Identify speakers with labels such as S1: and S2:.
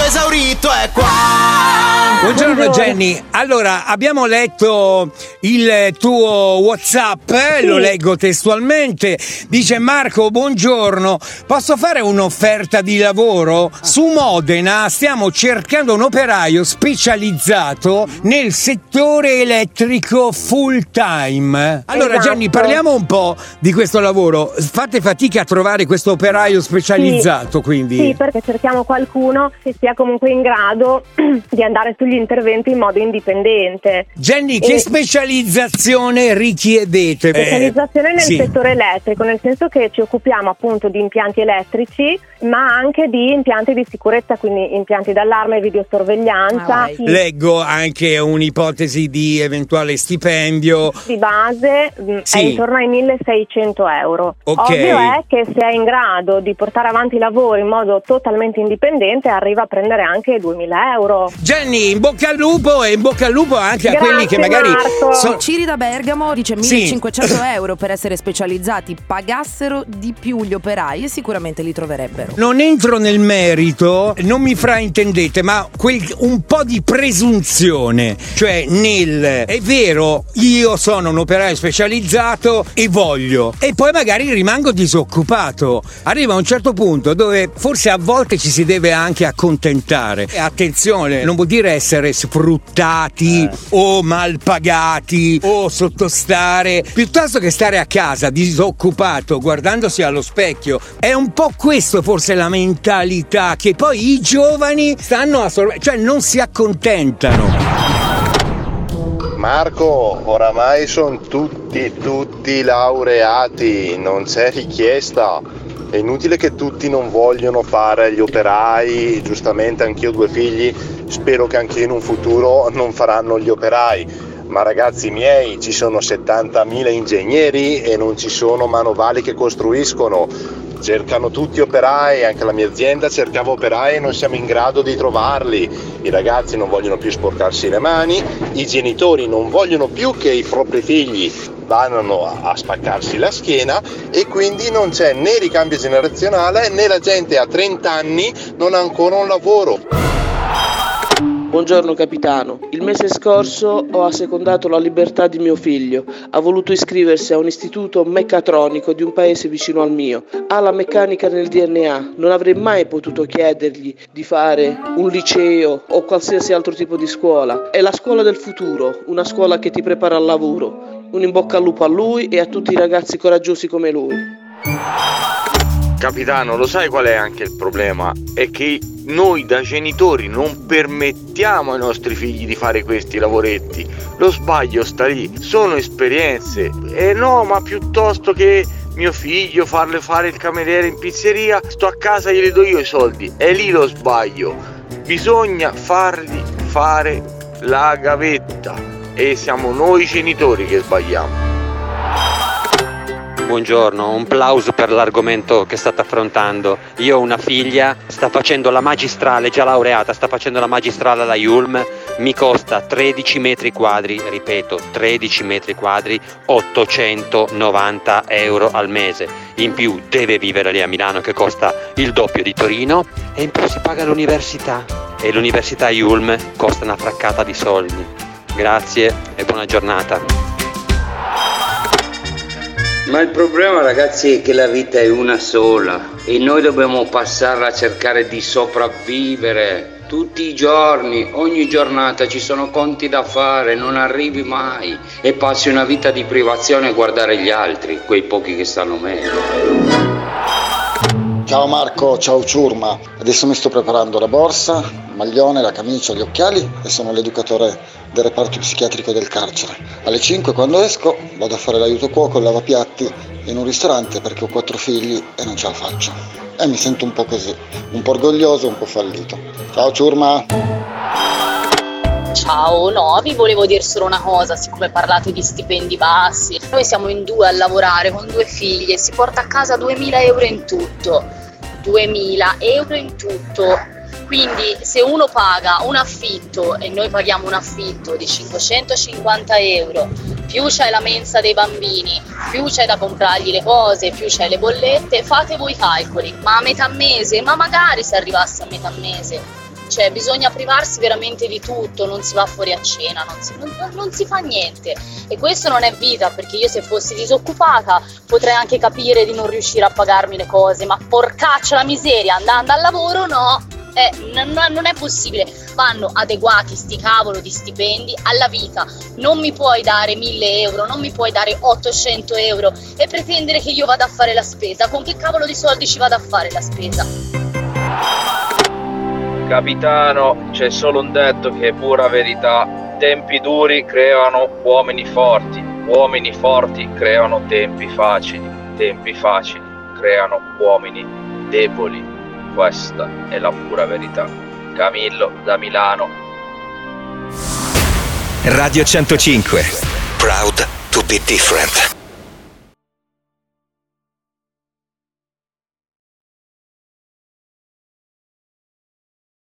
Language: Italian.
S1: esaurito è qua.
S2: Buongiorno Jenny, allora abbiamo letto il tuo WhatsApp, lo leggo testualmente, dice: Marco, buongiorno, posso fare un'offerta di lavoro? Su Modena stiamo cercando un operaio specializzato nel settore elettrico full time. Allora Jenny, parliamo un po' di questo lavoro, fate fatica a trovare questo operaio specializzato, quindi?
S3: Sì, perché cerchiamo qualcuno che sia comunque in grado di andare sugli interventi in modo indipendente.
S2: Jenny, che specializzazione richiedete?
S3: Specializzazione nel settore elettrico, nel senso che ci occupiamo appunto di impianti elettrici, ma anche di impianti di sicurezza, quindi impianti d'allarme e videosorveglianza.
S2: Leggo anche un'ipotesi di eventuale stipendio.
S3: Di base è intorno ai 1.600 euro.
S2: Okay.
S3: Ovvio è che se è in grado di portare avanti i lavori in modo totalmente indipendente arriva a prendere anche 2.000 euro.
S2: Jenny, in bocca al lupo, e in bocca al lupo anche a quelli che magari
S4: Ciri da Bergamo dice 1.500 euro per essere specializzati, pagassero di più gli operai e sicuramente li troverebbero.
S2: Non entro nel merito, non mi fraintendete, ma un po' di presunzione, cioè è vero, io sono un operaio specializzato e voglio, e poi magari rimango disoccupato. Arriva a un certo punto dove forse a volte ci si deve anche accontentare. E attenzione, non vuol dire essere sfruttati o mal pagati o sottostare, piuttosto che stare a casa disoccupato guardandosi allo specchio. È un po' questo forse la mentalità che poi i giovani stanno assorbendo, cioè non si accontentano.
S5: Marco, oramai sono tutti laureati, non c'è richiesta. È inutile che tutti non vogliono fare gli operai, giustamente anch'io ho 2 figli, spero che anche in un futuro non faranno gli operai. Ma ragazzi miei, ci sono 70.000 ingegneri e non ci sono manovali che costruiscono. Cercano tutti operai, anche la mia azienda cercava operai e non siamo in grado di trovarli. I ragazzi non vogliono più sporcarsi le mani, i genitori non vogliono più che i propri figli vanno a spaccarsi la schiena e quindi non c'è né ricambio generazionale né la gente a 30 anni non ha ancora un lavoro.
S6: Buongiorno capitano, il mese scorso ho assecondato la libertà di mio figlio, ha voluto iscriversi a un istituto meccatronico di un paese vicino al mio, ha la meccanica nel DNA, non avrei mai potuto chiedergli di fare un liceo o qualsiasi altro tipo di scuola, è la scuola del futuro, una scuola che ti prepara al lavoro, un in bocca al lupo a lui e a tutti i ragazzi coraggiosi come lui.
S7: Capitano, lo sai qual è anche il problema? È che noi da genitori non permettiamo ai nostri figli di fare questi lavoretti. Lo sbaglio sta lì, sono esperienze. No, ma piuttosto che mio figlio farle fare il cameriere in pizzeria, sto a casa e glieli do io i soldi. È lì lo sbaglio. Bisogna fargli fare la gavetta e siamo noi genitori che sbagliamo.
S8: Buongiorno, un plauso per l'argomento che state affrontando. Io ho una figlia, sta facendo la magistrale, già laureata, sta facendo la magistrale alla Yulm, mi costa 13 metri quadri, ripeto, 13 metri quadri, 890 euro al mese. In più deve vivere lì a Milano che costa il doppio di Torino e in più si paga l'università. E l'università Yulm costa una fraccata di soldi. Grazie e buona giornata.
S9: Ma il problema, ragazzi, è che la vita è una sola e noi dobbiamo passarla a cercare di sopravvivere tutti i giorni, ogni giornata ci sono conti da fare, non arrivi mai e passi una vita di privazione a guardare gli altri, quei pochi che stanno meglio.
S10: Ciao Marco, ciao Ciurma, adesso mi sto preparando la borsa, il maglione, la camicia, gli occhiali e sono l'educatore del reparto psichiatrico del carcere. Alle 5 quando esco vado a fare l'aiuto cuoco, il lavapiatti in un ristorante perché ho 4 figli e non ce la faccio. E mi sento un po' così, un po' orgoglioso, un po' fallito. Ciao Ciurma!
S11: Ciao, no, vi volevo dire solo una cosa, siccome parlate di stipendi bassi. Noi siamo in 2 a lavorare con 2 figlie, si porta a casa 2.000 euro in tutto. 2.000 euro in tutto. Quindi se uno paga un affitto e noi paghiamo un affitto di 550 euro, più c'è la mensa dei bambini, più c'è da comprargli le cose, più c'è le bollette, fate voi i calcoli, ma a metà mese, ma magari se arrivasse a metà mese, Cioè bisogna privarsi veramente di tutto, non si va fuori a cena, non si fa niente, e questo non è vita, perché io se fossi disoccupata potrei anche capire di non riuscire a pagarmi le cose, ma porcaccia la miseria, andando al lavoro no, non è possibile. Vanno adeguati sti cavolo di stipendi alla vita. Non mi puoi dare 1.000 euro, non mi puoi dare 800 euro e pretendere che io vada a fare la spesa. Con che cavolo di soldi ci vado a fare la spesa?
S1: Capitano, c'è solo un detto che è pura verità: tempi duri creano uomini forti creano tempi facili creano uomini deboli. Questa è la pura verità. Camillo da Milano.
S12: Radio 105. Proud to be different.